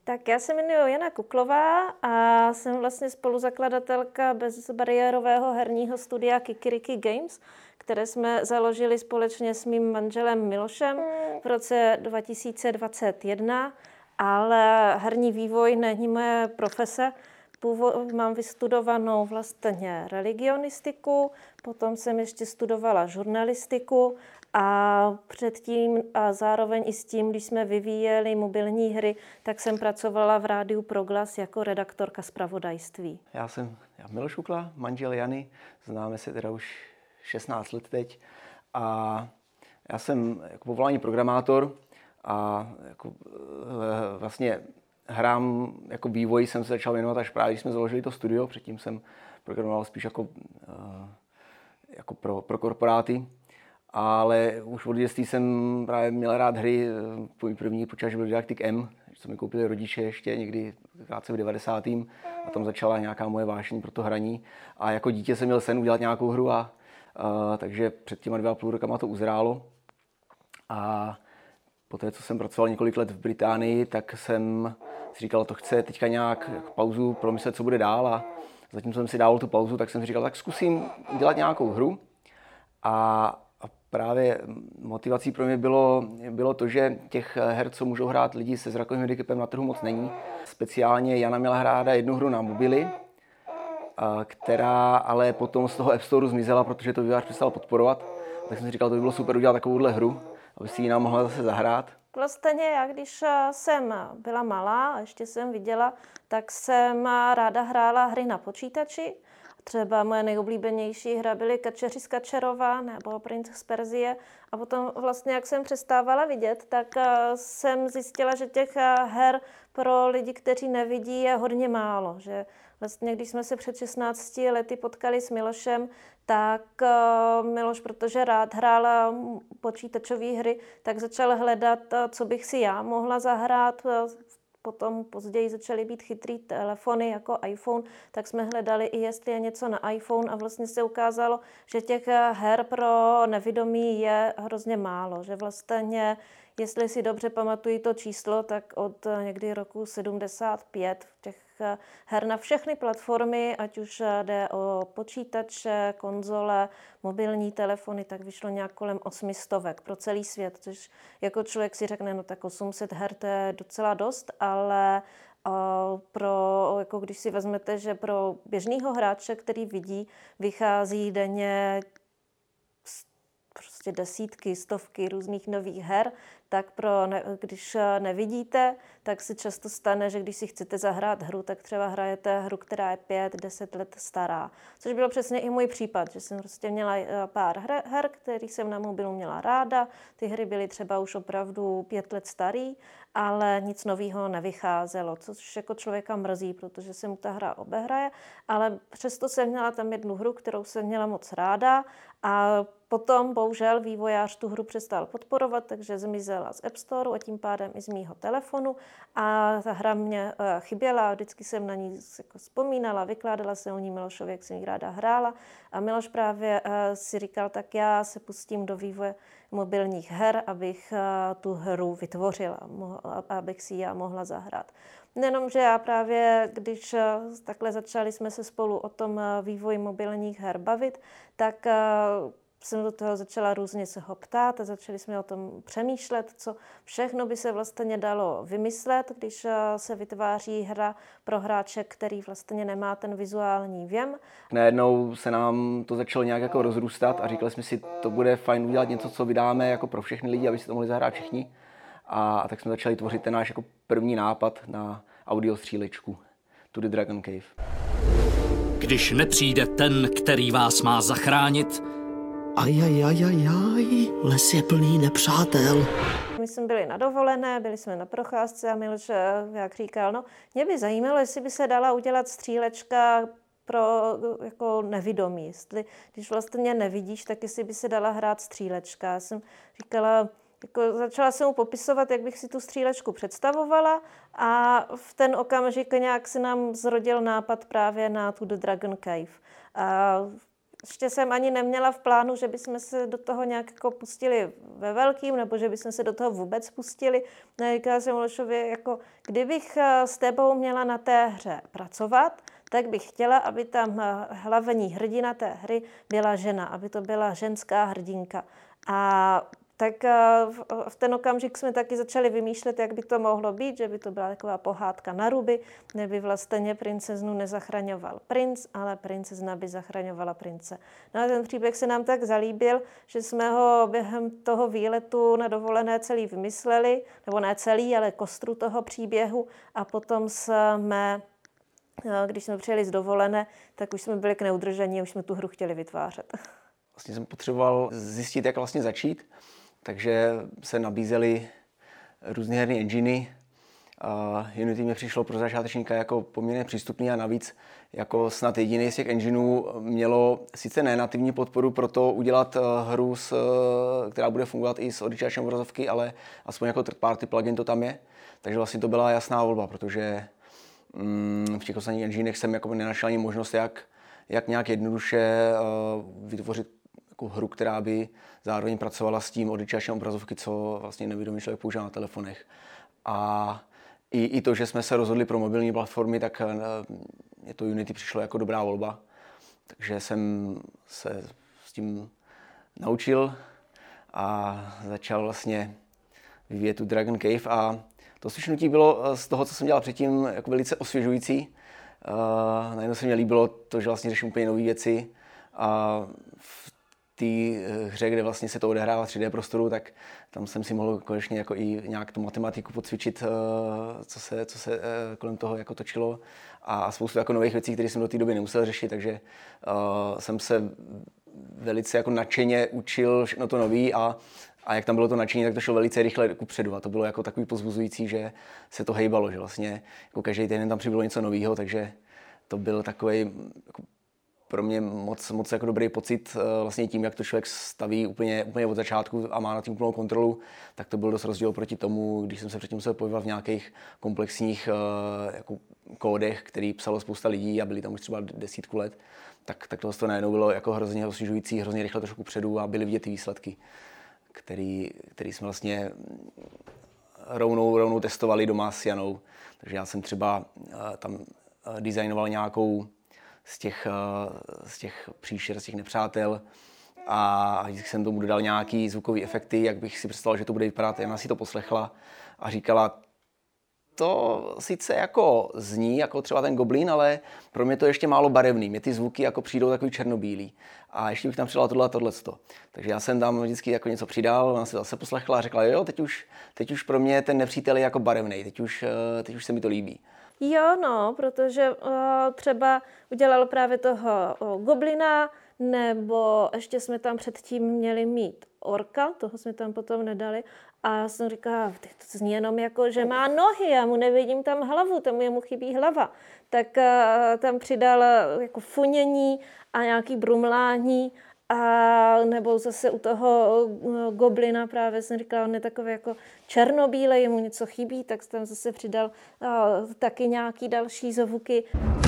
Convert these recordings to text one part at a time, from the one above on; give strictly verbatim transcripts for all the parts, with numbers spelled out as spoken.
Tak já se jmenuji Jana Kuklová a jsem vlastně spoluzakladatelka bezbariérového herního studia Kikiriki Games, které jsme založili společně s mým manželem Milošem v roce dva tisíce dvacet jedna, ale herní vývoj není moje profese. Původ, mám vystudovanou vlastně religionistiku, potom jsem ještě studovala žurnalistiku a předtím a zároveň i s tím, když jsme vyvíjeli mobilní hry, tak jsem pracovala v Rádiu Proglas jako redaktorka zpravodajství. Já jsem já Miloš Kukla, manžel Jany, známe se teda už šestnáct let teď a já jsem jako povolání programátor a jako vlastně hrám jako vývoj jsem se začal věnovat až právě, když jsme založili to studio, předtím jsem programoval spíš jako, jako pro, pro korporáty. Ale už od dětství jsem právě měl rád hry. Můj první počítač byl Didaktik M, co mi koupili rodiče ještě někdy krátce v devadesátém A tam začala nějaká moje vášeň pro to hraní. A jako dítě jsem měl sen udělat nějakou hru, a, a takže před těma dvě a půl rokama to uzrálo. A poté, co jsem pracoval několik let v Británii, tak jsem si říkal, to chce teďka nějak pauzu promyslet, co bude dál. A zatím jsem si dával tu pauzu, tak jsem si říkal, tak zkusím dělat nějakou hru. A právě motivací pro mě bylo, bylo to, že těch her, co můžou hrát lidi se zrakovým handicapem, na trhu moc není. Speciálně Jana měla ráda jednu hru na mobily, která ale potom z toho App Storeu zmizela, protože to vývojář přestal podporovat. Tak jsem si říkal, to by bylo super udělat takovouhle hru, aby si ji nám mohla zase zahrát. Vlastně já, když jsem byla malá a ještě jsem viděla, tak jsem ráda hrála hry na počítači. Třeba moje nejoblíbenější hra byly Kačeři z Kačerova nebo Princ z Perzie. A potom vlastně, jak jsem přestávala vidět, tak jsem zjistila, že těch her pro lidi, kteří nevidí, je hodně málo. Že vlastně, když jsme se před šestnácti lety potkali s Milošem, tak Miloš, protože rád hrál počítačové hry, tak začal hledat, co bych si já mohla zahrát. Potom později začaly být chytrý telefony jako iPhone, tak jsme hledali i jestli je něco na iPhone a vlastně se ukázalo, že těch her pro nevidomí je hrozně málo. Že vlastně, jestli si dobře pamatuji to číslo, tak od někdy roku sedmdesát pět těch her na všechny platformy, ať už jde o počítače, konzole, mobilní telefony, tak vyšlo nějak kolem osmi stovek pro celý svět, což jako člověk si řekne, no tak osm set her, to je docela dost, ale pro, jako když si vezmete, že pro běžného hráče, který vidí, vychází denně prostě desítky, stovky různých nových her, tak pro ne, když nevidíte, tak se často stane, že když si chcete zahrát hru, tak třeba hrajete hru, která je pět, deset let stará. Což bylo přesně i můj případ, že jsem prostě měla pár her, her který jsem na mobilu měla ráda. Ty hry byly třeba už opravdu pět let starý, ale nic nového nevycházelo, což jako člověka mrzí, protože se mu ta hra obehraje, ale přesto jsem měla tam jednu hru, kterou jsem měla moc ráda a potom bohužel vývojář tu hru přestal podporovat, takže zmizela z App Storeu a tím pádem i z mýho telefonu a ta hra mě chyběla, vždycky jsem na ní jako vzpomínala, vykládala se o ní Milošovi, jak jsem ji ráda hrála a Miloš právě si říkal, tak já se pustím do vývoje mobilních her, abych tu hru vytvořila, abych si ji já mohla zahrát. Nejenom, že já právě, když takhle začali jsme se spolu o tom vývoji mobilních her bavit, tak jsem do toho začala různě se ho ptát a začali jsme o tom přemýšlet, co všechno by se vlastně dalo vymyslet, když se vytváří hra pro hráče, který vlastně nemá ten vizuální věm. Najednou se nám to začalo nějak jako rozrůstat a říkali jsme si, to bude fajn udělat něco, co vydáme jako pro všechny lidi, aby si to mohli zahrát všichni. A tak jsme začali tvořit ten náš jako první nápad na audiostřílečku To the Dragon Cave. Když nepřijde ten, který vás má zachránit, Ajajajajaj, les je plný nepřátel. My jsme byli na dovolené, byli jsme na procházce a Miloš, jak říkal, no, mě by zajímalo, jestli by se dala udělat střílečka pro jako nevidomí. Jestli, když vlastně nevidíš, tak jestli by se dala hrát střílečka. Já jsem říkala, jako začala jsem mu popisovat, jak bych si tu střílečku představovala a v ten okamžik nějak se nám zrodil nápad právě na tu The Dragon Cave. A ještě jsem ani neměla v plánu, že bychom se do toho nějak jako pustili ve velkým, nebo že bychom se do toho vůbec pustili. Říkala jsem Milošovi, jako kdybych s tebou měla na té hře pracovat, tak bych chtěla, aby tam hlavní hrdina té hry byla žena, aby to byla ženská hrdinka. A tak v ten okamžik jsme taky začali vymýšlet, jak by to mohlo být, že by to byla taková pohádka na ruby, kde by vlastně princeznu nezachraňoval princ, ale princezna by zachraňovala prince. No a ten příběh se nám tak zalíbil, že jsme ho během toho výletu na dovolené celý vymysleli, nebo ne celý, ale kostru toho příběhu a potom jsme, když jsme přijeli z dovolené, tak už jsme byli k neudržení a už jsme tu hru chtěli vytvářet. Vlastně jsem potřeboval zjistit, jak vlastně začít. Takže se nabízely různé herní enginy. Uh, Unity mi přišlo pro začátečníka jako poměrně přístupný a navíc jako snad jediný z těch enginů mělo sice nenativní podporu pro to udělat uh, hru, s, uh, která bude fungovat i s odličáčem obrazovky, ale aspoň jako third party plugin to tam je. Takže vlastně to byla jasná volba, protože um, v těch ostatních enginech jsem jako nenašel ani možnost, jak, jak nějak jednoduše uh, vytvořit jako hru, která by zároveň pracovala s tím odličáčem obrazovky, co vlastně nevědomý člověk používá na telefonech. A i, i to, že jsme se rozhodli pro mobilní platformy, tak je to Unity přišlo jako dobrá volba. Takže jsem se s tím naučil a začal vlastně vyvíjet tu Dragon Cave. A to zkušenutí bylo z toho, co jsem dělal předtím, jako velice osvěžující. Uh, najednou se mi líbilo to, že vlastně řeším úplně nové věci. A v té hře, kde vlastně se to odehrává v tři dé prostoru, tak tam jsem si mohl konečně jako i nějak tu matematiku podcvičit, co se, co se kolem toho jako točilo a spoustu jako nových věcí, které jsem do té doby nemusel řešit, takže uh, jsem se velice jako nadšeně učil všechno to nový a, a jak tam bylo to nadšení, tak to šlo velice rychle kupředu a to bylo jako takový pozbuzující, že se to hejbalo, že vlastně jako každý týden tam přibylo něco nového, takže to byl takový jako pro mě moc, moc jako dobrý pocit vlastně tím, jak to člověk staví úplně, úplně od začátku a má na tím úplnou kontrolu, tak to byl dost rozdíl proti tomu, když jsem se předtím musel pohybovat v nějakých komplexních jako kódech, který psalo spousta lidí a byli tam už třeba desítku let, tak, tak tohle to najednou bylo jako hrozně osvěžující, hrozně rychle trošku předu a byly vidět ty výsledky, který, který jsme vlastně rovnou, rovnou testovali doma s Janou. Takže já jsem třeba tam designoval nějakou z těch, z těch příšer, z těch nepřátel a vždycky jsem tomu dodal nějaký zvukový efekty, jak bych si představil, že to bude vypadat. Jana si to poslechla a říkala, to sice jako zní, jako třeba ten goblin, ale pro mě to je ještě málo barevný. Mě ty zvuky jako přijdou takový černobílý. A ještě bych tam přidal tohle a tohleto. Takže já jsem tam vždycky jako něco přidal, ona si zase poslechla a řekla, jo, teď už, teď už pro mě ten nepřítel je jako barevný, teď už, teď už se mi to líbí. Jo, no, protože uh, třeba udělal právě toho uh, goblina, nebo ještě jsme tam předtím měli mít orka, toho jsme tam potom nedali. A já jsem říkala, to zní jenom jako, že má nohy, já mu nevidím tam hlavu, tomu jemu chybí hlava. Tak uh, tam přidal uh, jako funění a nějaký brumlání. A nebo zase u toho uh, goblina právě jsem říkala, on je takový jako černobílej, jemu něco chybí, tak tam zase přidal uh, taky nějaký další zvuky.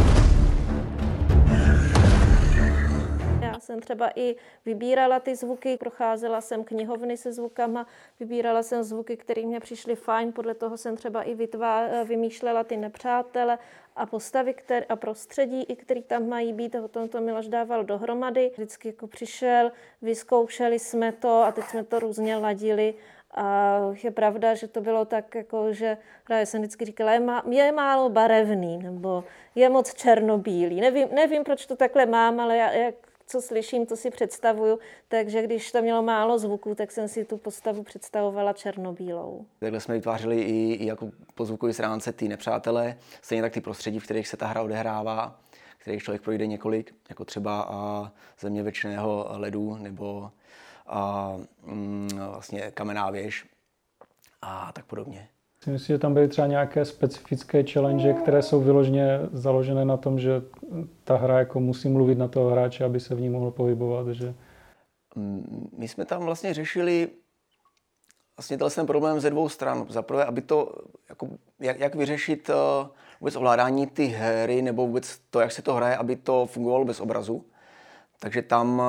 Já jsem třeba i vybírala ty zvuky, procházela jsem knihovny se zvukama, vybírala jsem zvuky, které mě přišly fajn, podle toho jsem třeba i vytvá, vymýšlela ty nepřátele a postavy které, a prostředí, i který tam mají být, a potom to Miloš dával dohromady. Vždycky jako přišel, vyzkoušeli jsme to a teď jsme to různě ladili. A je pravda, že to bylo tak, jako, že právě jsem vždycky říkala, je, má, je málo barevný, nebo je moc černobílý. Nevím, nevím, proč to takhle mám, ale já, jak co slyším, to si představuju. Takže když to mělo málo zvuků, tak jsem si tu postavu představovala černobílou. Takhle jsme vytvářeli i, i jako po zvukové stránce ty nepřátelé, stejně tak ty prostředí, v kterých se ta hra odehrává, kterých člověk projde několik, jako třeba a země věčného ledu nebo a, mm, vlastně kamenná věž a tak podobně. Myslím, že tam byly třeba nějaké specifické challenge, které jsou vyloženě založené na tom, že ta hra jako musí mluvit na toho hráče, aby se v ní mohl pohybovat, že... My jsme tam vlastně řešili vlastně ten problém ze dvou stran. Za prvé, aby to, jako, jak, jak vyřešit uh, vůbec ovládání ty hry, nebo vůbec to, jak se to hraje, aby to fungovalo bez obrazu. Takže tam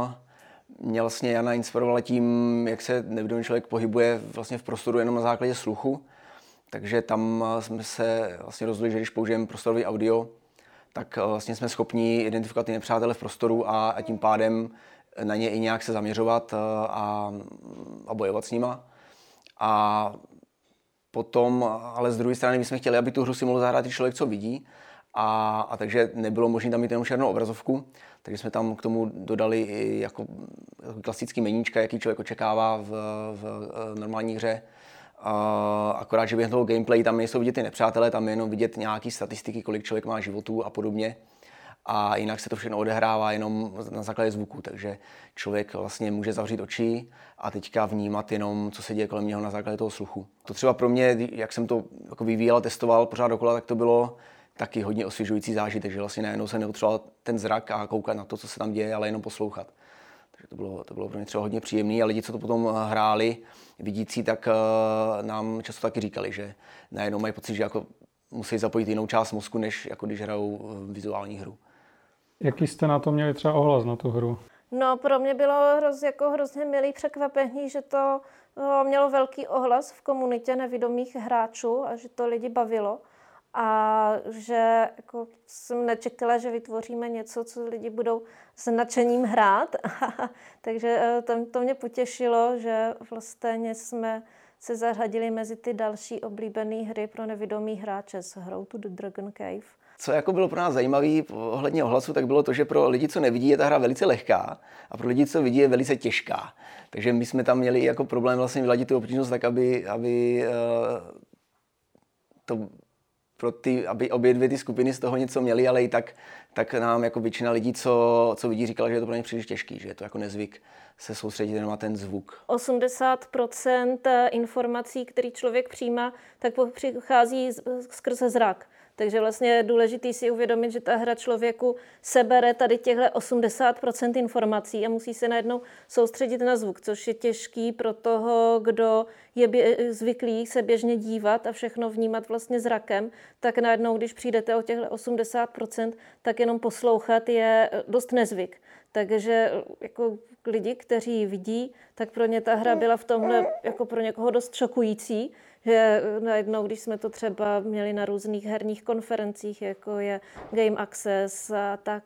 mě vlastně Jana inspirovala tím, jak se nevidomý člověk pohybuje vlastně v prostoru jenom na základě sluchu. Takže tam jsme se vlastně rozhodli, že když použijeme prostorový audio, tak vlastně jsme schopni identifikovat ty nepřátele v prostoru a, a tím pádem na ně i nějak se zaměřovat a, a bojovat s nima. A potom, ale z druhé strany, my jsme chtěli, aby tu hru si mohl zahrát i člověk, co vidí. A, a takže nebylo možné tam mít jenom černou obrazovku. Takže jsme tam k tomu dodali i jako, jako klasický meníčka, jaký člověk očekává v, v normální hře. A akorát, že během toho gameplay tam nejsou vidět ty nepřátelé, tam je jenom vidět nějaké statistiky, kolik člověk má životů a podobně. A jinak se to všechno odehrává jenom na základě zvuku, takže člověk vlastně může zavřít oči a teďka vnímat jenom, co se děje kolem něho na základě toho sluchu. To třeba pro mě, jak jsem to jako vyvíjel a testoval pořád dokola, tak to bylo taky hodně osvěžující zážitek, že vlastně najednou se nepotřeboval ten zrak a koukat na to, co se tam děje, ale jenom poslouchat. Takže to bylo, to bylo pro mě třeba hodně příjemné a lidi, co to potom hráli, vidící, tak uh, nám často taky říkali, že najednou mají pocit, že jako musí zapojit jinou část mozku, než jako když hrajou vizuální hru. Jaký jste na to měli třeba ohlas na tu hru? No, pro mě bylo hroz, jako hrozně milý překvapení, že to o, mělo velký ohlas v komunitě nevidomých hráčů a že to lidi bavilo. A že jako, jsem nečekala, že vytvoříme něco, co lidi budou s nadšením hrát. Takže to, to mě potěšilo, že vlastně jsme se zařadili mezi ty další oblíbené hry pro nevidomý hráče s hrou to the Dragon Cave. Co jako bylo pro nás zajímavé ohledně ohlasu, tak bylo to, že pro lidi, co nevidí, je ta hra velice lehká a pro lidi, co vidí, je velice těžká. Takže my jsme tam měli jako problém vlastně vyladit tu obtížnost tak, aby, aby uh, to pro ty, aby obě dvě ty skupiny z toho něco měly, ale i tak, tak nám jako většina lidí, co, co vidí, říkala, že je to pro ně příliš těžký, že je to jako nezvyk se soustředit jenom na ten zvuk. osmdesát procent informací, které člověk přijímá, tak přichází skrze zrak. Takže vlastně je důležité si uvědomit, že ta hra člověku sebere tady těchto osmdesát procent informací a musí se najednou soustředit na zvuk, což je těžký pro toho, kdo je bě- zvyklý se běžně dívat a všechno vnímat vlastně zrakem, tak najednou, když přijdete o těchto osmdesát procent, tak jenom poslouchat je dost nezvyk. Takže jako lidi, kteří vidí, tak pro ně ta hra byla v tomhle jako pro někoho dost šokující, že najednou, když jsme to třeba měli na různých herních konferencích, jako je Game Access, tak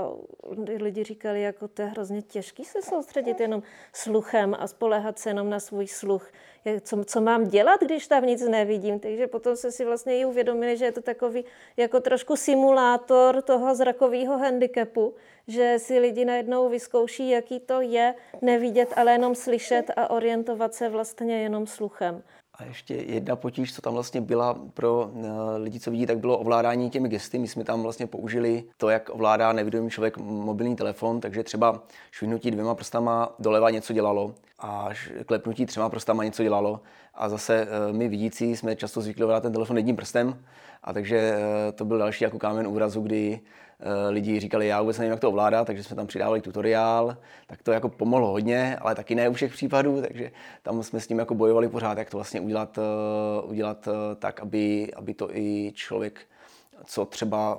lidi říkali, jako to je hrozně těžký se soustředit jenom sluchem a spoléhat se jenom na svůj sluch. Co, co mám dělat, když tam nic nevidím? Takže potom se si vlastně i uvědomili, že je to takový jako trošku simulátor toho zrakového handicapu, že si lidi najednou vyzkouší, jaký to je nevidět, ale jenom slyšet a orientovat se vlastně jenom sluchem. A ještě jedna potíž, co tam vlastně byla pro lidi, co vidí, tak bylo ovládání těmi gesty. My jsme tam vlastně použili to, jak ovládá nevidomý člověk mobilní telefon, takže třeba švihnutí dvěma prstama doleva něco dělalo a klepnutí třema prstama něco dělalo. A zase my vidící jsme často zvyklí ovládat ten telefon jedním prstem, a takže to byl další jako kámen úrazu, kdy lidi říkali, já vůbec nevím, jak to ovládat, takže jsme tam přidávali tutoriál, tak to jako pomohlo hodně, ale taky ne u všech případů, takže tam jsme s tím jako bojovali pořád, jak to vlastně udělat, udělat tak, aby, aby to i člověk, co třeba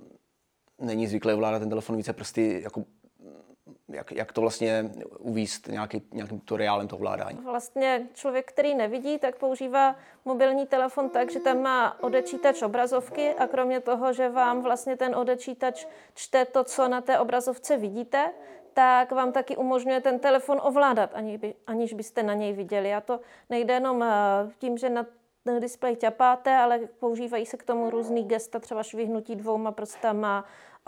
není zvyklý ovládat ten telefon více prsty, jako Jak, jak to vlastně uvést nějaký, nějakým tutoriálem toho ovládání? Vlastně člověk, který nevidí, tak používá mobilní telefon tak, že tam má odečítač obrazovky a kromě toho, že vám vlastně ten odečítač čte to, co na té obrazovce vidíte, tak vám taky umožňuje ten telefon ovládat, aniž byste na něj viděli. A to nejde jenom tím, že na displej ťapáte, ale používají se k tomu různý gesta, třeba švihnutí dvouma prstama,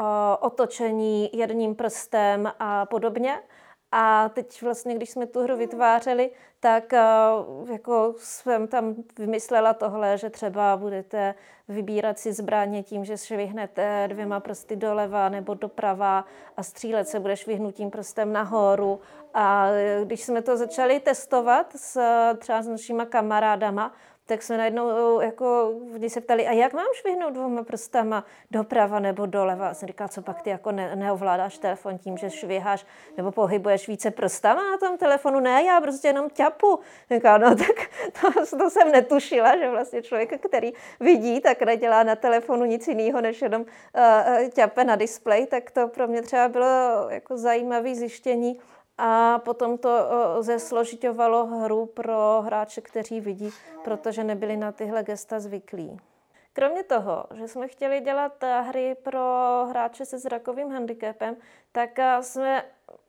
otočení jedním prstem a podobně. A teď vlastně, když jsme tu hru vytvářeli, tak jako jsem tam vymyslela tohle, že třeba budete vybírat si zbraně tím, že švihnete dvěma prsty doleva nebo doprava a střílet se bude švihnutím prstem nahoru. A když jsme to začali testovat s, třeba s našima kamarádama, tak jsme najednou, jako, když se ptali, a jak mám švihnout dvouma prstama doprava nebo doleva? A jsem říkala, co pak ty jako ne, neovládáš telefon tím, že šviháš nebo pohybuješ více prstama na tom telefonu? Ne, já prostě jenom ťapu. Říkala, no tak to, to jsem netušila, že vlastně člověk, který vidí, tak nedělá na telefonu nic jiného, než jenom uh, ťape na displej, tak to pro mě třeba bylo jako zajímavé zjištění. A potom to zesložiťovalo hru pro hráče, kteří vidí, protože nebyli na tyhle gesta zvyklí. Kromě toho, že jsme chtěli dělat hry pro hráče se zrakovým handicapem, tak jsme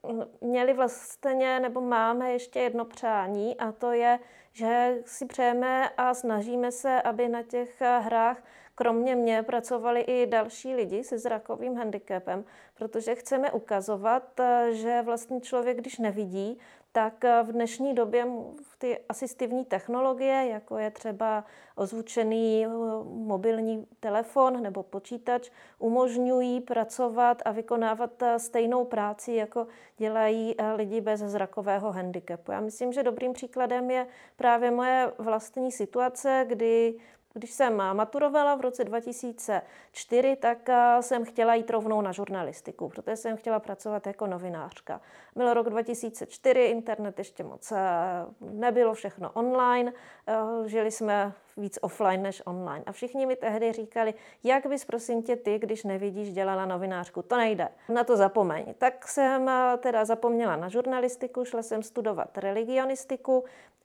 měli vlastně, nebo máme ještě jedno přání, a to je, že si přejeme a snažíme se, aby na těch hrách kromě mě pracovali i další lidi se zrakovým handicapem, protože chceme ukazovat, že vlastně člověk, když nevidí, tak v dnešní době ty asistivní technologie, jako je třeba ozvučený mobilní telefon nebo počítač, umožňují pracovat a vykonávat stejnou práci, jako dělají lidi bez zrakového handicapu. Já myslím, že dobrým příkladem je právě moje vlastní situace, kdy Když jsem maturovala v roce dva tisíce čtyři, tak jsem chtěla jít rovnou na žurnalistiku, protože jsem chtěla pracovat jako novinářka. Byl rok dva tisíce čtyři, internet ještě moc nebylo, všechno online, žili jsme víc offline než online. A všichni mi tehdy říkali, jak bys prosím tě ty, když nevidíš, dělala novinářku, to nejde, na to zapomeň. Tak jsem teda zapomněla na žurnalistiku, šla jsem studovat religionistiku,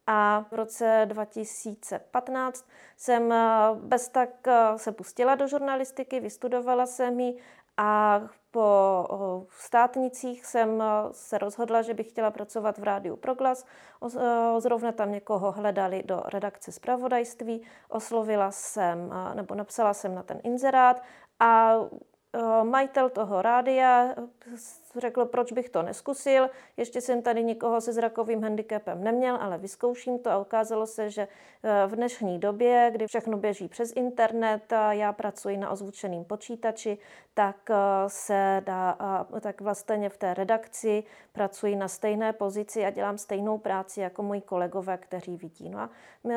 a v roce dva tisíce patnáct jsem bez tak se pustila do žurnalistiky, vystudovala jsem ji a po státnicích jsem se rozhodla, že bych chtěla pracovat v Rádiu Proglas. Zrovna tam někoho hledali do redakce zpravodajství. Oslovila jsem, nebo napsala jsem na ten inzerát a majitel toho rádia řekl, proč bych to neskusil. Ještě jsem tady nikoho se zrakovým handicapem neměl, ale vyzkouším to a ukázalo se, že v dnešní době, kdy všechno běží přes internet a já pracuji na ozvučeném počítači, tak se dá, tak vlastně v té redakci pracuji na stejné pozici a dělám stejnou práci jako moji kolegové, kteří vidí. No a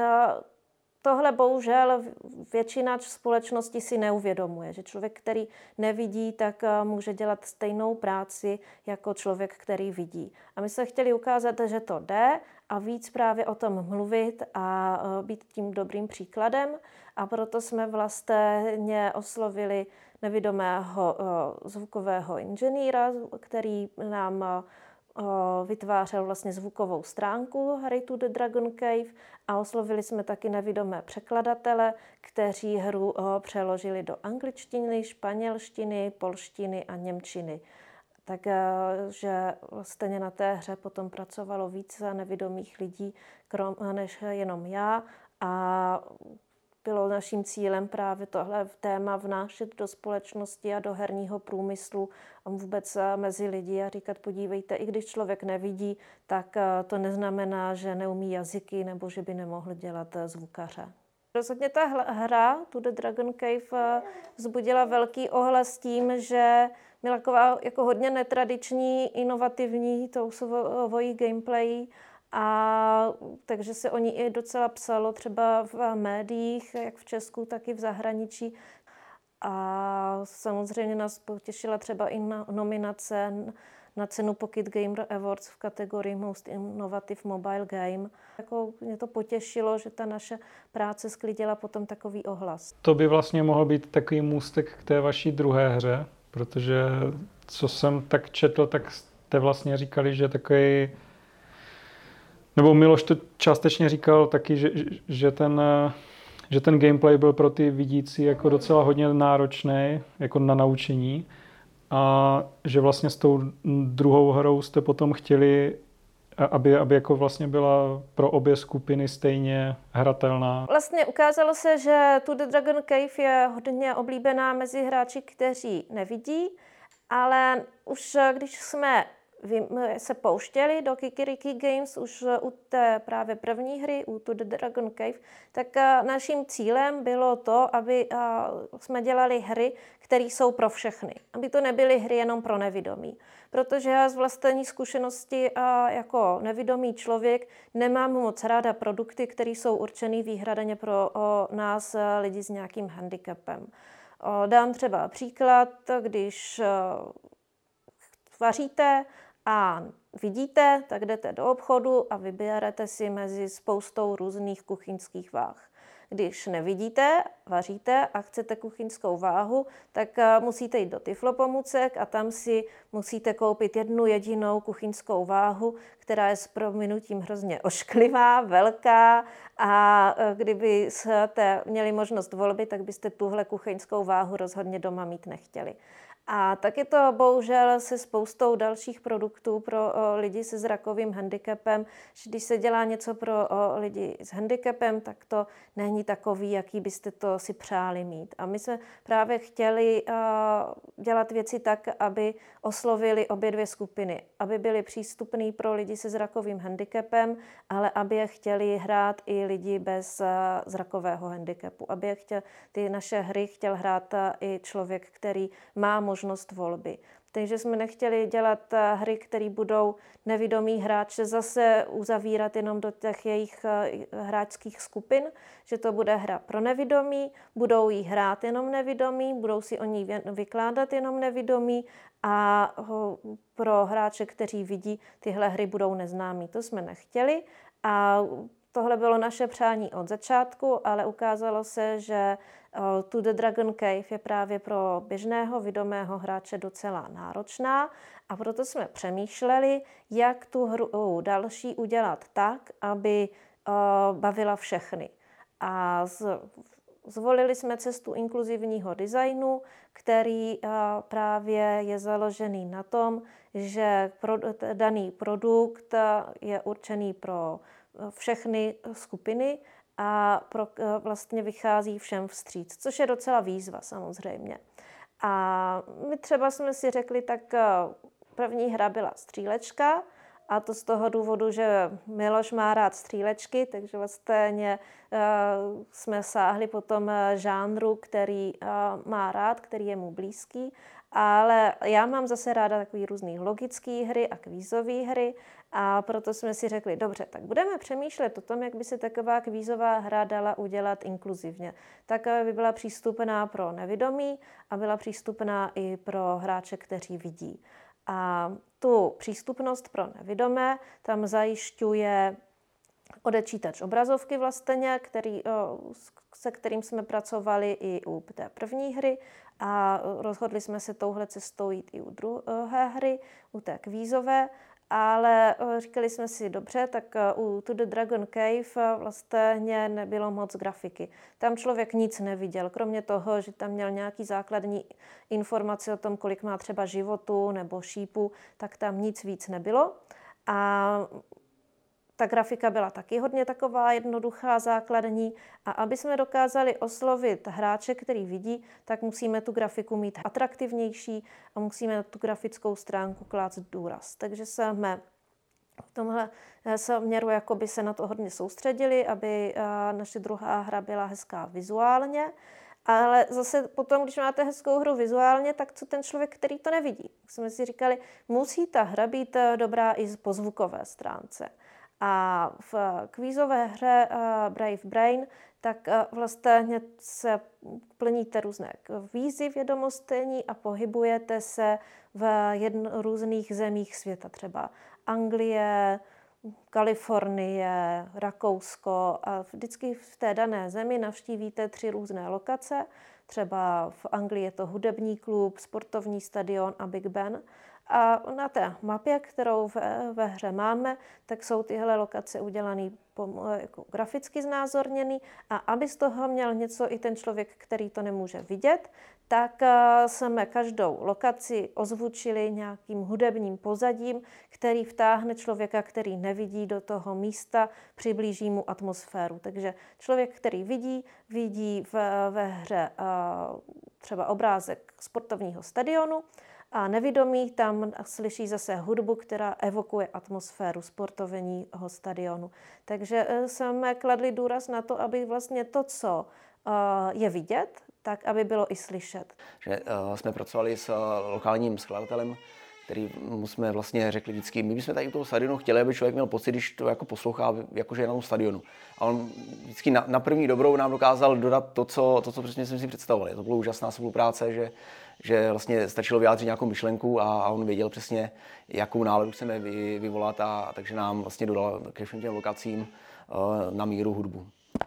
tohle bohužel většina společnosti si neuvědomuje, že člověk, který nevidí, tak může dělat stejnou práci jako člověk, který vidí. A my jsme chtěli ukázat, že to jde a víc právě o tom mluvit a být tím dobrým příkladem. A proto jsme vlastně oslovili nevidomého zvukového inženýra, který nám vytvářel vlastně zvukovou stránku hry To the Dragon Cave a oslovili jsme taky nevidomé překladatele, kteří hru přeložili do angličtiny, španělštiny, polštiny a němčiny. Takže vlastně na té hře potom pracovalo více nevidomých lidí krom, než jenom já a bylo naším cílem právě tohle téma vnášet do společnosti a do herního průmyslu a vůbec mezi lidi a říkat, podívejte, i když člověk nevidí, tak to neznamená, že neumí jazyky nebo že by nemohl dělat zvukaře. Rozhodně ta hra To the Dragon Cave vzbudila velký ohlas tím, že byla taková jako hodně netradiční, inovativní tou svojí gameplay. A takže se o ní i docela psalo třeba v médiích, jak v Česku, tak i v zahraničí. A samozřejmě nás potěšila třeba i nominace na cenu Pocket Gamer Awards v kategorii Most Innovative Mobile Game. Jako mě to potěšilo, že ta naše práce sklidila potom takový ohlas. To by vlastně mohl být takový můstek k té vaší druhé hře, protože co jsem tak četl, tak jste vlastně říkali, že takový. Nebo Miloš to částečně říkal taky, že, že, ten, že ten gameplay byl pro ty vidící jako docela hodně náročný, jako na naučení. A že vlastně s tou druhou hrou jste potom chtěli, aby, aby jako vlastně byla pro obě skupiny stejně hratelná. Vlastně ukázalo se, že To the Dragon Cave je hodně oblíbená mezi hráči, kteří nevidí, ale už když jsme se pouštěli do Kikiriki Games už u té právě první hry, u To the Dragon Cave, tak naším cílem bylo to, aby jsme dělali hry, které jsou pro všechny. Aby to nebyly hry jenom pro nevidomí. Protože já z vlastní zkušenosti a jako nevidomý člověk nemám moc ráda produkty, které jsou určené výhradně pro nás lidi s nějakým handicapem. Dám třeba příklad, když vaříte a vidíte, tak jdete do obchodu a vyberete si mezi spoustou různých kuchyňských váh. Když nevidíte, vaříte a chcete kuchyňskou váhu, tak musíte jít do Tyflopomůcek a tam si musíte koupit jednu jedinou kuchyňskou váhu, která je s prominutím hrozně ošklivá, velká a kdybyste měli možnost volby, tak byste tuhle kuchyňskou váhu rozhodně doma mít nechtěli. A tak je to bohužel se spoustou dalších produktů pro o, lidi se zrakovým handicapem, že když se dělá něco pro o, lidi s handicapem, tak to není takový, jaký byste to si přáli mít. A my jsme právě chtěli o, dělat věci tak, aby oslovili obě dvě skupiny, aby byly přístupný pro lidi se zrakovým handicapem, ale aby je chtěli hrát i lidi bez a, zrakového handicapu, aby je chtěl, ty naše hry chtěl hrát a, i člověk, který má možnost možnost volby. Takže jsme nechtěli dělat hry, které budou nevidomí hráče zase uzavírat jenom do těch jejich hráčských skupin, že to bude hra pro nevidomí, budou jí hrát jenom nevidomí, budou si o ní vykládat jenom nevidomí a pro hráče, kteří vidí, tyhle hry budou neznámí. To jsme nechtěli a tohle bylo naše přání od začátku, ale ukázalo se, že To the Dragon Cave je právě pro běžného vidomého hráče docela náročná a proto jsme přemýšleli, jak tu hru další udělat tak, aby bavila všechny. A zvolili jsme cestu inkluzivního designu, který právě je založený na tom, že daný produkt je určený pro všechny skupiny a pro, vlastně vychází všem vstříc, což je docela výzva samozřejmě. A my třeba jsme si řekli, tak první hra byla střílečka a to z toho důvodu, že Miloš má rád střílečky, takže vlastně uh, jsme sáhli po tom žánru, který uh, má rád, který je mu blízký. Ale já mám zase ráda takový různý logický hry a kvízové hry a proto jsme si řekli, dobře, tak budeme přemýšlet o tom, jak by se taková kvízová hra dala udělat inkluzivně. Tak by byla přístupná pro nevidomí a byla přístupná i pro hráče, kteří vidí. A tu přístupnost pro nevidomé tam zajišťuje odečítač obrazovky vlastně, který, se kterým jsme pracovali i u té první hry a rozhodli jsme se touhle cestou jít i u druhé hry, u té kvízové, ale říkali jsme si, dobře, tak u To the Dragon Cave vlastně nebylo moc grafiky. Tam člověk nic neviděl, kromě toho, že tam měl nějaký základní informace o tom, kolik má třeba životu nebo šípu, tak tam nic víc nebylo. A ta grafika byla taky hodně taková jednoduchá, základní a aby jsme dokázali oslovit hráče, který vidí, tak musíme tu grafiku mít atraktivnější a musíme na tu grafickou stránku klást důraz. Takže jsme v tomhle směru jakoby se na to hodně soustředili, aby naše druhá hra byla hezká vizuálně, ale zase potom, když máte hezkou hru vizuálně, tak co ten člověk, který to nevidí? Jsme si říkali, musí ta hra být dobrá i po zvukové stránce. A v kvízové hře Brave Brain tak vlastně se plníte různé výzvy vědomostní a pohybujete se v jedno, různých zemích světa, třeba Anglie, Kalifornie, Rakousko a vždycky v té dané zemi navštívíte tři různé lokace, třeba v Anglii je to hudební klub, sportovní stadion a Big Ben. A na té mapě, kterou ve, ve hře máme, tak jsou tyhle lokace udělané jako graficky znázorněný a aby z toho měl něco i ten člověk, který to nemůže vidět, tak jsme každou lokaci ozvučili nějakým hudebním pozadím, který vtáhne člověka, který nevidí do toho místa, přiblíží mu atmosféru. Takže člověk, který vidí, vidí v, ve hře třeba obrázek sportovního stadionu, A nevidomí tam slyší zase hudbu, která evokuje atmosféru sportovního stadionu. Takže jsme kladli důraz na to, aby vlastně to, co je vidět, tak aby bylo i slyšet. Že uh, jsme pracovali s uh, lokálním skladatelem, který mu jsme vlastně řekli vždycky, my bychom tady u toho stadionu chtěli, aby člověk měl pocit, když to jako poslouchá, jakože je na tom stadionu. A on vždycky na, na první dobrou nám dokázal dodat to, co, to, co přesně jsme si představovali. To byla úžasná spolupráce, že, že vlastně stačilo vyjádřit nějakou myšlenku a, a on věděl přesně, jakou náladu chceme vy, vyvolat a, a takže nám vlastně dodal ke všem těm lokacím uh, na míru hudbu.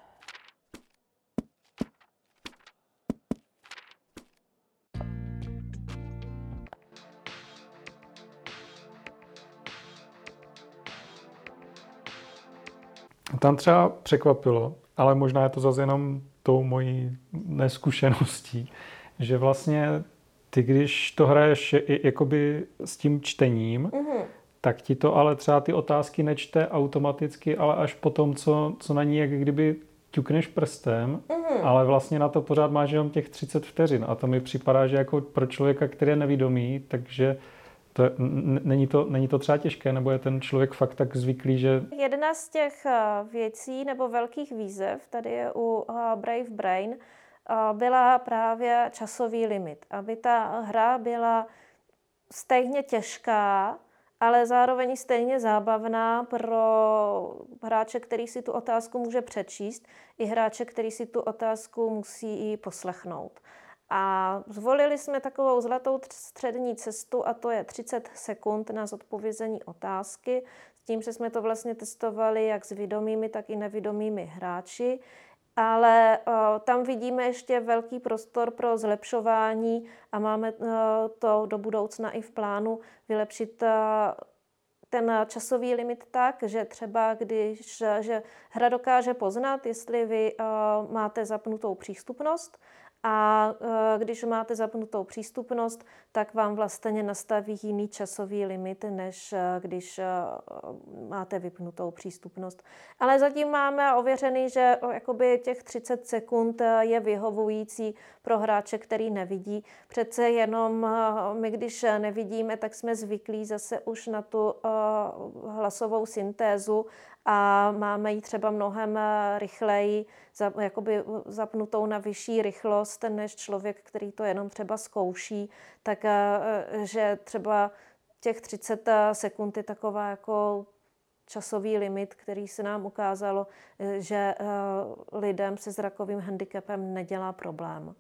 Tam třeba překvapilo, ale možná je to zase jenom tou mojí neskušeností, že vlastně ty, když to hraješ jakoby s tím čtením, mm-hmm. tak ti to ale třeba ty otázky nečte automaticky, ale až po tom, co, co na ní jak kdyby ťukneš prstem, mm-hmm. ale vlastně na to pořád máš jenom těch třicet vteřin. A to mi připadá, že jako pro člověka, který je nevidomý, takže to, n- není, to, není to třeba těžké, nebo je ten člověk fakt tak zvyklý, že... Jedna z těch věcí nebo velkých výzev tady je u Brave Brain byla právě časový limit. Aby ta hra byla stejně těžká, ale zároveň stejně zábavná pro hráče, který si tu otázku může přečíst, i hráče, který si tu otázku musí i poslechnout. A zvolili jsme takovou zlatou střední cestu a to je třicet sekund na zodpovězení otázky. S tím, že jsme to vlastně testovali jak s vědomými, tak i nevědomými hráči. Ale o, tam vidíme ještě velký prostor pro zlepšování a máme o, to do budoucna i v plánu vylepšit o, ten časový limit tak, že třeba když že hra dokáže poznat, jestli vy o, máte zapnutou přístupnost, a když máte zapnutou přístupnost, tak vám vlastně nastaví jiný časový limit, než když máte vypnutou přístupnost. Ale zatím máme ověřený, že jakoby těch třicet sekund je vyhovující pro hráče, který nevidí. Přece jenom my, když nevidíme, tak jsme zvyklí zase už na tu hlasovou syntézu a máme ji třeba mnohem rychleji, jakoby zapnutou na vyšší rychlost, než člověk, který to jenom třeba zkouší, tak že třeba těch třicet sekund je taková jako časový limit, který se nám ukázalo, že lidem se zrakovým handicapem nedělá problém.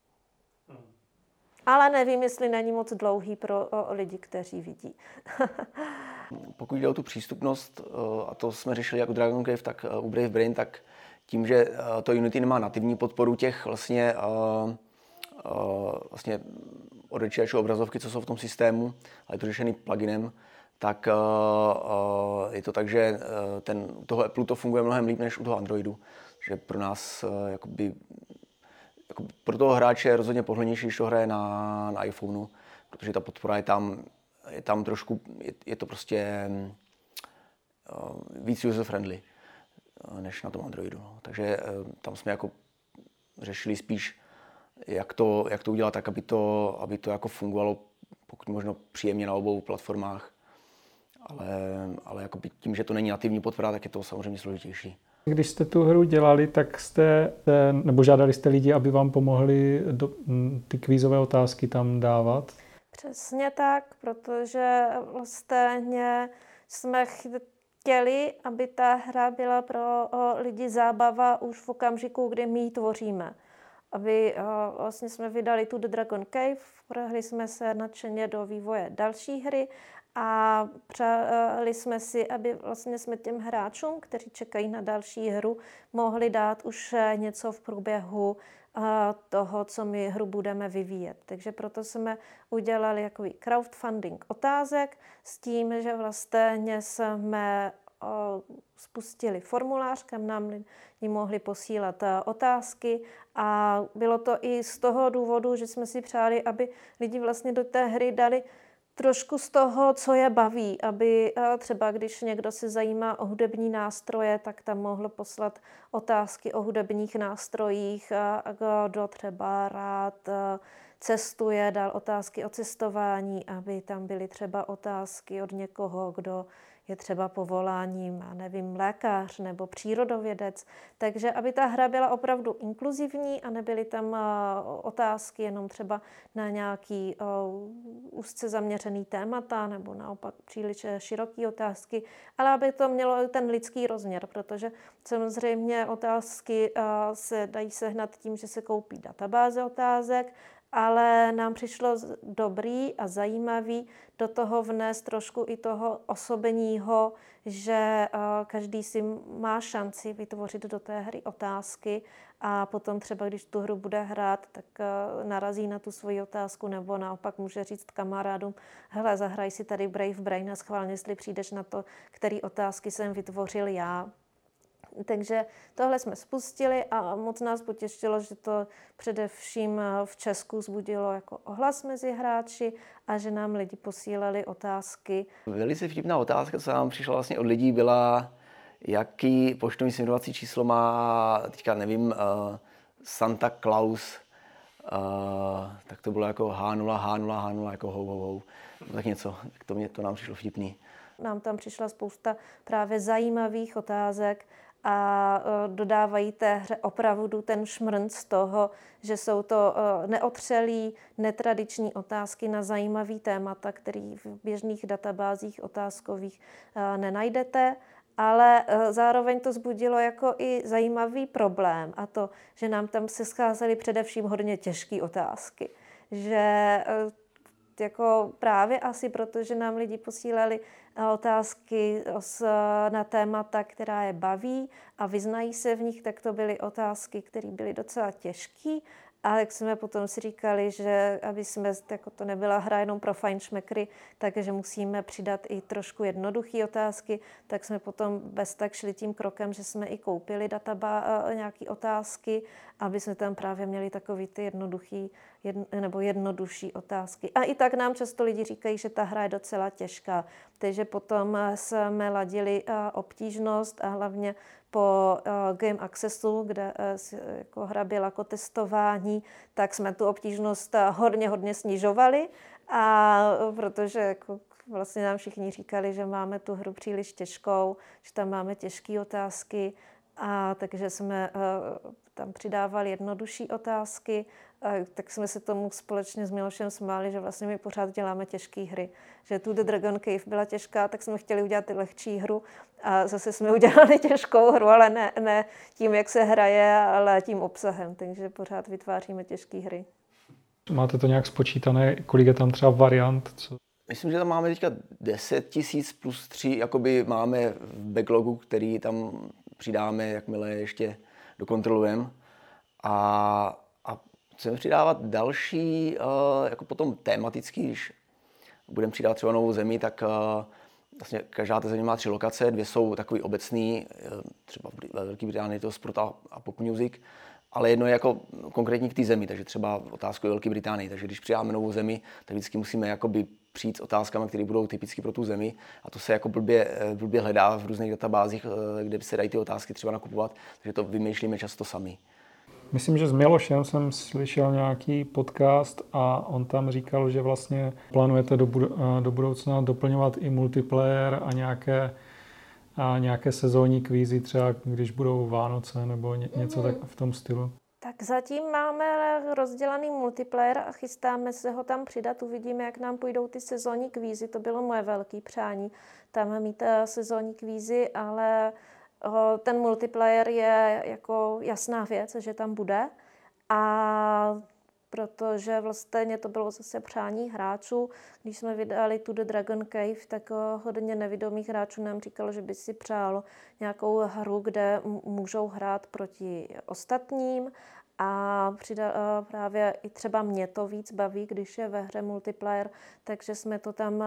Ale nevím, jestli není moc dlouhý pro o, lidi, kteří vidí. Pokud jde o tu přístupnost, a to jsme řešili jak u Dragon Cave, tak u Brave Brain, tak tím, že to Unity nemá nativní podporu těch vlastně, vlastně odečítačů obrazovky, co jsou v tom systému, ale je to řešený pluginem, tak je to tak, že ten, u toho Apple to funguje mnohem líp než u toho Androidu. Že pro nás jakoby, jako pro toho hráče je rozhodně pohodlnější, když to hraje na, na iPhoneu, protože ta podpora je tam, je tam trošku, je, je to prostě uh, víc user-friendly uh, než na tom Androidu. No. Takže uh, tam jsme jako řešili spíš, jak to, jak to udělat tak, aby to, aby to jako fungovalo pokud možno příjemně na obou platformách. Ale, ale jako tím, že to není nativní podpora, tak je to samozřejmě složitější. Když jste tu hru dělali, tak jste, nebo žádali jste lidi, aby vám pomohli do, ty kvízové otázky tam dávat? Přesně tak, protože vlastně jsme chtěli, aby ta hra byla pro lidi zábava už v okamžiku, kdy my ji tvoříme. Aby vlastně jsme vydali tu The Dragon Cave, vrhli jsme se nadšeně do vývoje další hry a přáli jsme si, aby vlastně jsme těm hráčům, kteří čekají na další hru, mohli dát už něco v průběhu toho, co my hru budeme vyvíjet. Takže proto jsme udělali jakový crowdfunding otázek s tím, že vlastně jsme spustili formulář, kam nám lidi mohli posílat otázky a bylo to i z toho důvodu, že jsme si přáli, aby lidi vlastně do té hry dali trošku z toho, co je baví, aby třeba když někdo se zajímá o hudební nástroje, tak tam mohl poslat otázky o hudebních nástrojích, a kdo třeba rád cestuje, dal otázky o cestování, aby tam byly třeba otázky od někoho, kdo je třeba povoláním, a nevím, lékař nebo přírodovědec. Takže aby ta hra byla opravdu inkluzivní a nebyly tam otázky jenom třeba na nějaký úzce zaměřený témata nebo naopak příliš široký otázky, ale aby to mělo ten lidský rozměr, protože samozřejmě otázky se dají sehnat tím, že se koupí databáze otázek, ale nám přišlo dobrý a zajímavý do toho vnést trošku i toho osobního, že každý si má šanci vytvořit do té hry otázky a potom třeba, když tu hru bude hrát, tak narazí na tu svoji otázku nebo naopak může říct kamarádům, hele, zahraj si tady Brave Brain a schválně, jestli přijdeš na to, který otázky jsem vytvořil já. Takže tohle jsme spustili a moc nás potěšilo, že to především v Česku vzbudilo jako ohlas mezi hráči a že nám lidi posílali otázky. Velice vtipná otázka, co nám přišla vlastně od lidí, byla, jaký poštovní směrovací číslo má, teďka nevím, Santa Claus, tak to bylo jako H nula, H nula, H nula, jako hou, hou, hou. Tak něco, tak to, mě, to nám přišlo vtipný. Nám tam přišla spousta právě zajímavých otázek a dodávají té hře opravdu ten šmrnc z toho, že jsou to neotřelý, netradiční otázky na zajímavý témata, který v běžných databázích otázkových nenajdete, ale zároveň to vzbudilo jako i zajímavý problém a to, že nám tam se scházely především hodně těžké otázky, že jako právě asi proto, že nám lidi posílali otázky na témata, která je baví a vyznají se v nich, tak to byly otázky, které byly docela těžké. A jak jsme potom si říkali, že aby jsme, jako to nebyla hra jenom pro fajnšmekry, takže musíme přidat i trošku jednoduché otázky, tak jsme potom bez tak šli tím krokem, že jsme i koupili databá, nějaké otázky, aby jsme tam právě měli takový ty jednoduchý jedno, nebo jednodušší otázky. A i tak nám často lidi říkají, že ta hra je docela těžká. Takže potom jsme ladili obtížnost a hlavně po uh, Game Accessu, kde uh, jako hra byla jako testování, tak jsme tu obtížnost uh, hodně, hodně snižovali, a uh, protože jako vlastně nám všichni říkali, že máme tu hru příliš těžkou, že tam máme těžké otázky, a takže jsme uh, tam přidávali jednodušší otázky, uh, tak jsme se tomu společně s Milošem smáli, že vlastně my pořád děláme těžké hry. Že tu The Dragon Cave byla těžká, tak jsme chtěli udělat lehčí hru a zase jsme udělali těžkou hru, ale ne, ne tím, jak se hraje, ale tím obsahem, takže pořád vytváříme těžké hry. Máte to nějak spočítané, kolik je tam třeba variant? Co? Myslím, že tam máme teďka deset tisíc plus tři, jakoby máme v backlogu, který tam přidáme, jakmile ještě dokontrolujeme. A, a chceme přidávat další, jako potom tematický, když budeme přidávat třeba novou zemi, tak vlastně každá ta země má tři lokace, dvě jsou takový obecný, třeba ve Velké Británii je to sport a pop music, ale jedno je jako konkrétní k té zemi, takže třeba otázku je Velké Británii, takže když přidáme novou zemi, tak vždycky musíme jakoby přijít s otázkami, které budou typicky pro tu zemi, a to se jako blbě, blbě hledá v různých databázích, kde se dají ty otázky třeba nakupovat, takže to vymýšlíme často sami. Myslím, že s Milošem jsem slyšel nějaký podcast a on tam říkal, že vlastně plánujete do, bud- do budoucna doplňovat i multiplayer a nějaké, a nějaké sezónní kvízy, třeba když budou Vánoce nebo ně, něco tak v tom stylu. Tak zatím máme rozdělaný multiplayer a chystáme se ho tam přidat. Uvidíme, jak nám půjdou ty sezónní kvízy. To bylo moje velké přání, tam mít sezónní kvízy, ale ten multiplayer je jako jasná věc, že tam bude, a protože vlastně to bylo zase přání hráčů. Když jsme vydali tu The Dragon Cave, tak hodně nevědomých hráčů nám říkalo, že by si přálo nějakou hru, kde můžou hrát proti ostatním, a přida, právě i třeba mě to víc baví, když je ve hře multiplayer, takže jsme to tam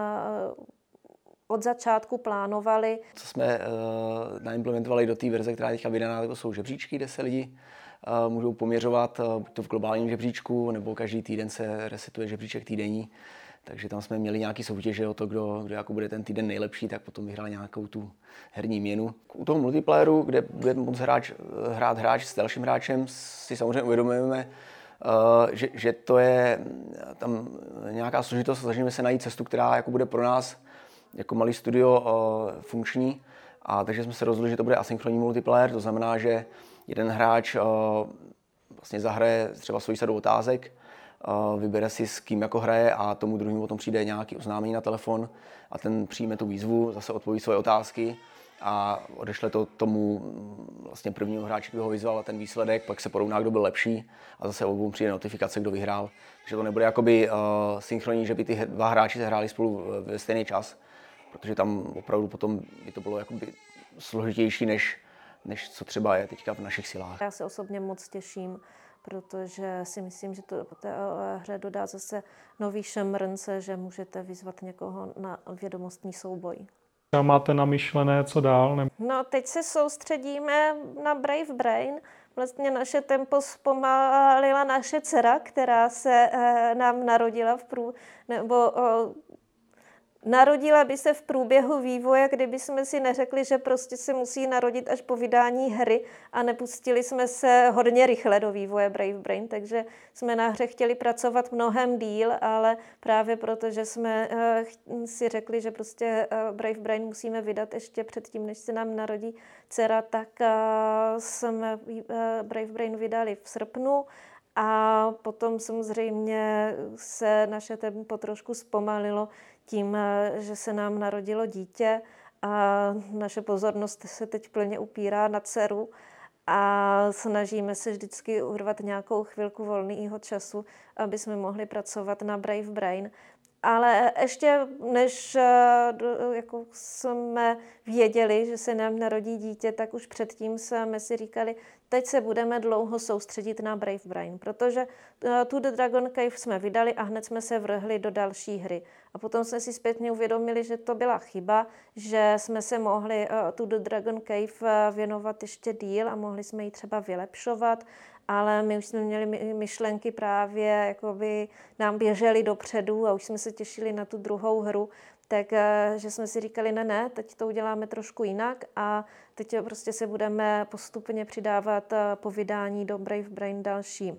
od začátku plánovali. Co jsme uh, naimplementovali do té verze, která je teďka vydaná, to jsou žebříčky, kde se lidi uh, můžou poměřovat, uh, to v globálním žebříčku, nebo každý týden se resetuje žebříček týdenní. Takže tam jsme měli nějaký soutěže o to, kdo, kdo jako bude ten týden nejlepší, tak potom vyhrál nějakou tu herní měnu. U toho multiplayeru, kde bude moc hráč, hrát hráč s dalším hráčem, si samozřejmě uvědomujeme, že, že to je tam nějaká složitost. Snažíme se najít cestu, která jako bude pro nás jako malý studio funkční. A takže jsme se rozhodli, že to bude asynchronní multiplayer, to znamená, že jeden hráč vlastně zahraje třeba svoji sadu otázek, vybere si, s kým jako hraje a tomu druhému potom přijde nějaký oznámení na telefon a ten přijme tu výzvu, zase odpoví svoje otázky a odešle to tomu vlastně prvnímu hráči, kdo ho vyzval, ten výsledek, pak se porovná, kdo byl lepší a zase obou přijde notifikace, kdo vyhrál. Takže to nebude jakoby uh, synchronní, že by ty dva hráči se hráli spolu ve stejný čas, protože tam opravdu potom by to bylo jakoby složitější, než, než co třeba je teďka v našich silách. Já se osobně moc těším, protože si myslím, že to té hře dodá zase nový šemrnce, že můžete vyzvat někoho na vědomostní souboj. A máte namyšlené, co dál? Ne? No, teď se soustředíme na Brave Brain. Vlastně naše tempo zpomalila naše dcera, která se e, nám narodila v prů... nebo o, Narodila by se v průběhu vývoje, kdyby jsme si neřekli, že prostě se musí narodit až po vydání hry a nepustili jsme se hodně rychle do vývoje Brave Brain, takže jsme na hře chtěli pracovat mnohem díl, ale právě proto, že jsme uh, si řekli, že prostě uh, Brave Brain musíme vydat ještě předtím, než se nám narodí dcera, tak uh, jsme uh, Brave Brain vydali v srpnu. A potom samozřejmě se naše tempo trošku zpomalilo tím, že se nám narodilo dítě a naše pozornost se teď plně upírá na dceru a snažíme se vždycky urvat nějakou chvilku volného času, aby jsme mohli pracovat na Brave Brain. Ale ještě než jako jsme věděli, že se nám narodí dítě, tak už předtím jsme si říkali, teď se budeme dlouho soustředit na Brave Brain, protože To the Dragon Cave jsme vydali a hned jsme se vrhli do další hry. A potom jsme si zpětně uvědomili, že to byla chyba, že jsme se mohli To the Dragon Cave věnovat ještě díl a mohli jsme ji třeba vylepšovat, ale my už jsme měli myšlenky právě, jakoby nám běžely dopředu a už jsme se těšili na tu druhou hru, takže jsme si říkali, ne, ne, teď to uděláme trošku jinak a teď prostě se budeme postupně přidávat po vydání do Brave Brain další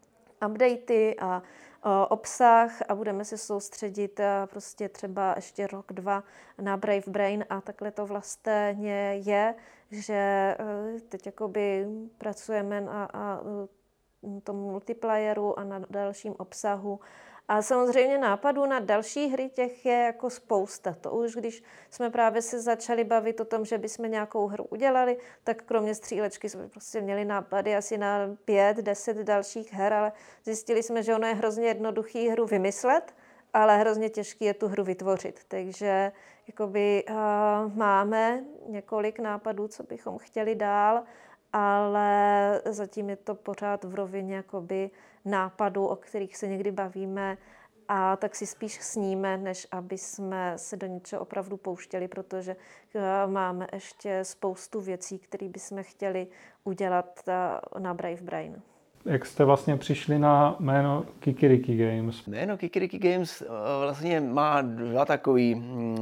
updaty a obsah a budeme se soustředit prostě třeba ještě rok, dva na Brave Brain a takhle to vlastně je, že teď jakoby pracujeme na, na tom multiplayeru a na dalším obsahu. A samozřejmě nápadů na další hry těch je jako spousta. To už když jsme právě se začali bavit o tom, že bychom nějakou hru udělali, tak kromě střílečky jsme prostě měli nápady asi na pět, deset dalších her, ale zjistili jsme, že ono je hrozně jednoduchý hru vymyslet, ale hrozně těžký je tu hru vytvořit. Takže jakoby, uh, máme několik nápadů, co bychom chtěli dál, ale zatím je to pořád v rovině jakoby nápadů, o kterých se někdy bavíme a tak si spíš sníme, než aby jsme se do něčeho opravdu pouštěli, protože máme ještě spoustu věcí, které bychom chtěli udělat na Brave Brain. Jak jste vlastně přišli na jméno Kikiriki Games? Jméno Kikiriki Games vlastně má dva takový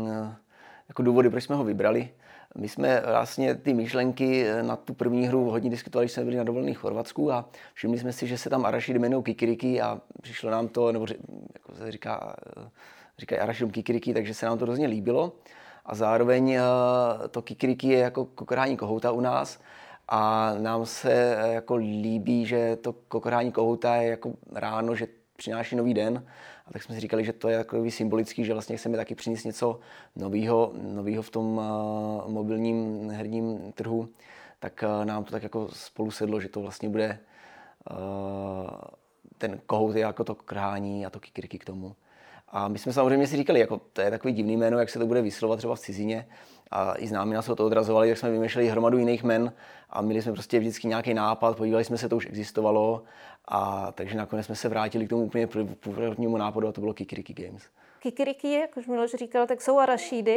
jako důvody, proč jsme ho vybrali. My jsme vlastně ty myšlenky na tu první hru hodně diskutovali, když jsme byli na dovolených v Chorvatsku a všimli jsme si, že se tam arašidi jmenují Kikiriki a přišlo nám to, nebo jako se říká, říkají arašidům Kikiriki, takže se nám to hrozně líbilo. A zároveň to Kikiriki je jako kokorhání kohouta u nás a nám se jako líbí, že to kokorhání kohouta je jako ráno, že přináší nový den. A tak jsme si říkali, že to je takový symbolický, že vlastně chceme taky přinést něco nového, nového v tom uh, mobilním herním trhu. Tak uh, nám to tak jako spolu sedlo, že to vlastně bude uh, ten kohout je jako to krhání a to kikiriki k tomu. A my jsme samozřejmě si říkali, jako to je takový divný jméno, jak se to bude vyslovovat třeba v cizině. A i známí nás o to odrazovali, tak jsme vymýšleli hromadu jiných jmen a měli jsme prostě vždycky nějaký nápad, podívali jsme se, to už existovalo. A takže nakonec jsme se vrátili k tomu úplně prvnímu nápadu a to bylo Kikiriki Games. Kikiriki, jak už Miloš říkal, tak jsou arašídy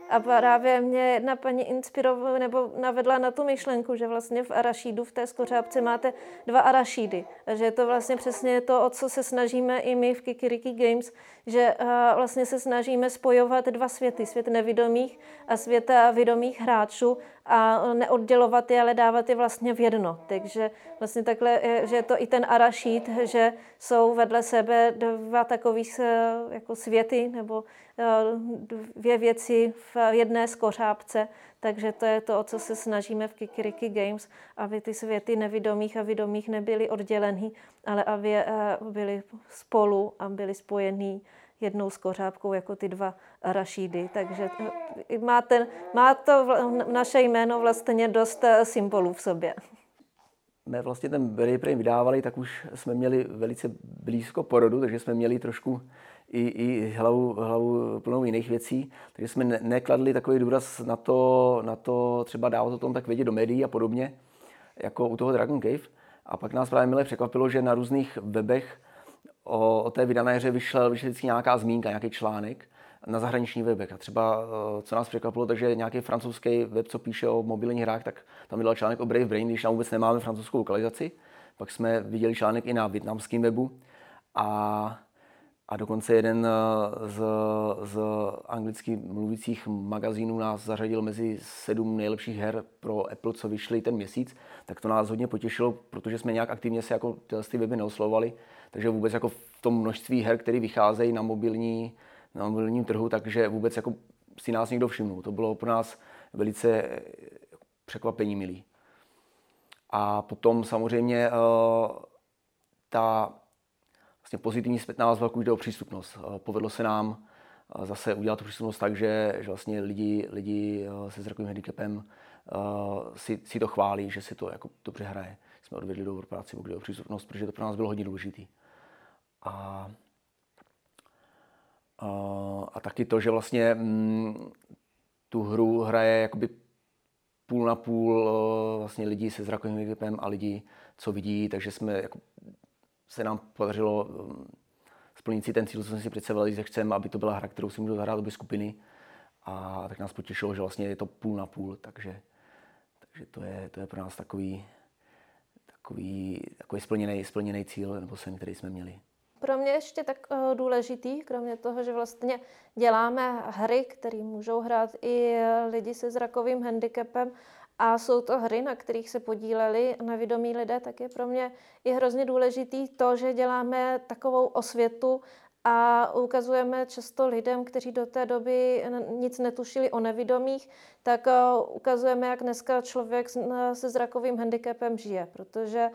A právě mě jedna paní inspirovala nebo navedla na tu myšlenku, že vlastně v arašídu, v té skořápce máte dva arašídy. A že je to vlastně přesně to, o co se snažíme i my v Kikiriki Games, že vlastně se snažíme spojovat dva světy, svět nevědomých a svět vědomých hráčů a neoddělovat je, ale dávat je vlastně v jedno. Takže vlastně takhle, že je to i ten arašíd, že jsou vedle sebe dva takových jako světy nebo dvě věci v jedné skořápce. Takže to je to, o co se snažíme v Kikiriki Games, aby ty světy nevědomých a vědomých nebyly oddělený, ale aby byly spolu a byly spojený jednou skořápkou jako ty dva arašídy. Takže má, ten, má to naše jméno vlastně dost symbolů v sobě. My vlastně ten Berry Brain vydávali, tak už jsme měli velice blízko porodu, takže jsme měli trošku i, i hlavu, hlavu plnou jiných věcí. Takže jsme ne, nekladli takový důraz na to, na to třeba dávat o tom tak vědět do médií a podobně, jako u toho Dragon Cave. A pak nás právě milé překvapilo, že na různých webech o, o té vydané hře vyšla, vyšla vždycky nějaká zmínka, nějaký článek na zahraniční webech. A třeba, co nás překvapilo, takže nějaký francouzský web, co píše o mobilních hrách, tak tam vydal článek o Brave Brain, když tam vůbec nemáme francouzskou lokalizaci. Pak jsme viděli článek i na vietnamském webu. A, a dokonce jeden z, z anglicky mluvících magazínů nás zařadil mezi sedm nejlepších her pro Apple, co vyšly ten měsíc. Tak to nás hodně potěšilo, protože jsme nějak aktivně se jako ty weby neoslovovali. Takže vůbec jako v tom množství her, které vycházejí na mobilní na mobilním trhu, takže vůbec jako si nás někdo všimnul. To bylo pro nás velice překvapení milý. A potom samozřejmě ta vlastně pozitivní zpětná vazba, když jde o přístupnost. Povedlo se nám zase udělat tu přístupnost tak, že, že vlastně lidi, lidi se zrakovým handicapem si, si to chválí, že si to jako dobře hraje. Jsme odvedli dobrou práci, pokud jde o přístupnost, protože to pro nás bylo hodně důležitý. A Uh, a taky to, že vlastně mm, tu hru hraje jakoby půl na půl uh, vlastně lidí se zrakovým handicapem a lidi, co vidí, takže jsme jako, se nám podařilo um, splnit si ten cíl, co jsme si představili, že chceme, aby to byla hra, kterou si můžou zahrát obě skupiny. A tak nás potěšilo, že vlastně je to půl na půl, takže, takže to, je, to je pro nás takový, takový, takový splněný, splněný cíl, nebo sen, který jsme měli. Pro mě ještě tak důležitý, kromě toho, že vlastně děláme hry, které můžou hrát i lidi se zrakovým handicapem a jsou to hry, na kterých se podíleli nevědomí lidé, tak je pro mě i hrozně důležitý to, že děláme takovou osvětu a ukazujeme často lidem, kteří do té doby nic netušili o nevidomých, tak ukazujeme, jak dneska člověk se zrakovým handicapem žije, protože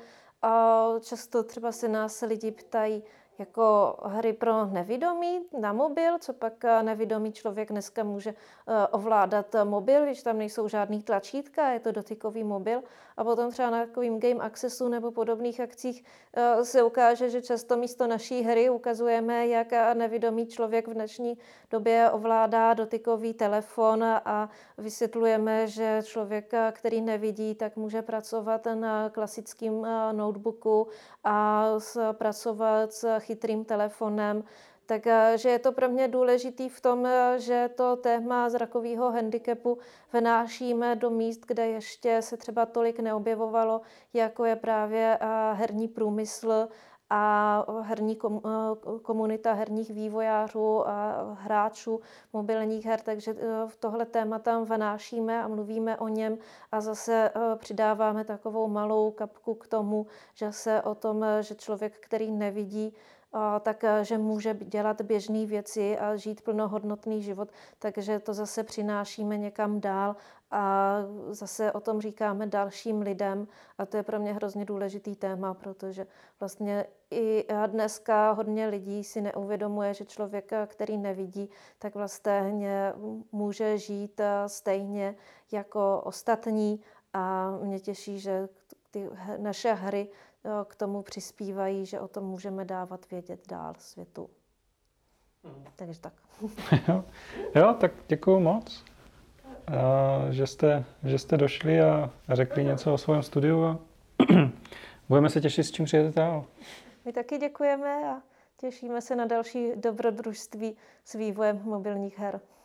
často třeba se nás lidi ptají, jako hry pro nevidomí na mobil, co pak nevidomý člověk dneska může ovládat mobil, když tam nejsou žádný tlačítka, je to dotykový mobil. A potom třeba na takovým Game Accessu nebo podobných akcích se ukáže, že často místo naší hry ukazujeme, jak nevidomý člověk v dnešní době ovládá dotykový telefon a vysvětlujeme, že člověk, který nevidí, tak může pracovat na klasickém notebooku a pracovat s chytrým telefonem. Takže je to pro mě důležitý v tom, že to téma zrakového handicapu vnášíme do míst, kde ještě se třeba tolik neobjevovalo, jako je právě herní průmysl a herní komunita herních vývojářů a hráčů mobilních her, takže tohle téma tam vnášíme a mluvíme o něm a zase přidáváme takovou malou kapku k tomu, že se o tom, že člověk, který nevidí, takže může dělat běžné věci a žít plnohodnotný život, takže to zase přinášíme někam dál a zase o tom říkáme dalším lidem a to je pro mě hrozně důležitý téma, protože vlastně i dneska hodně lidí si neuvědomuje, že člověk, který nevidí, tak vlastně může žít stejně jako ostatní a mě těší, že ty naše hry k tomu přispívají, že o tom můžeme dávat vědět dál světu. Mm. Takže tak. jo, jo, tak děkuju moc, a, že, jste, že jste došli a řekli něco o svém studiu a budeme se těšit, s čím přijedete dál. My taky děkujeme a těšíme se na další dobrodružství s vývojem mobilních her.